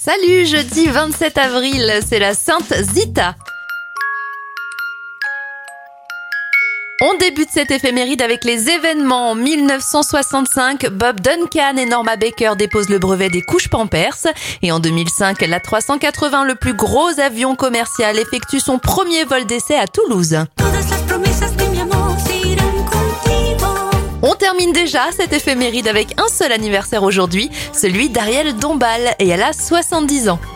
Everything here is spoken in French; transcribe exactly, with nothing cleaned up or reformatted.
Salut, jeudi vingt-sept avril, c'est la Sainte Zita. On débute cette éphéméride avec les événements. En mille neuf cent soixante-cinq, Bob Duncan et Norma Baker déposent le brevet des couches Pampers. Et en deux mille cinq, l'A trois cent quatre-vingts, le plus gros avion commercial, effectue son premier vol d'essai à Toulouse. On termine déjà cette éphéméride avec un seul anniversaire aujourd'hui, celui d'Ariel Dombal, et elle a soixante-dix ans.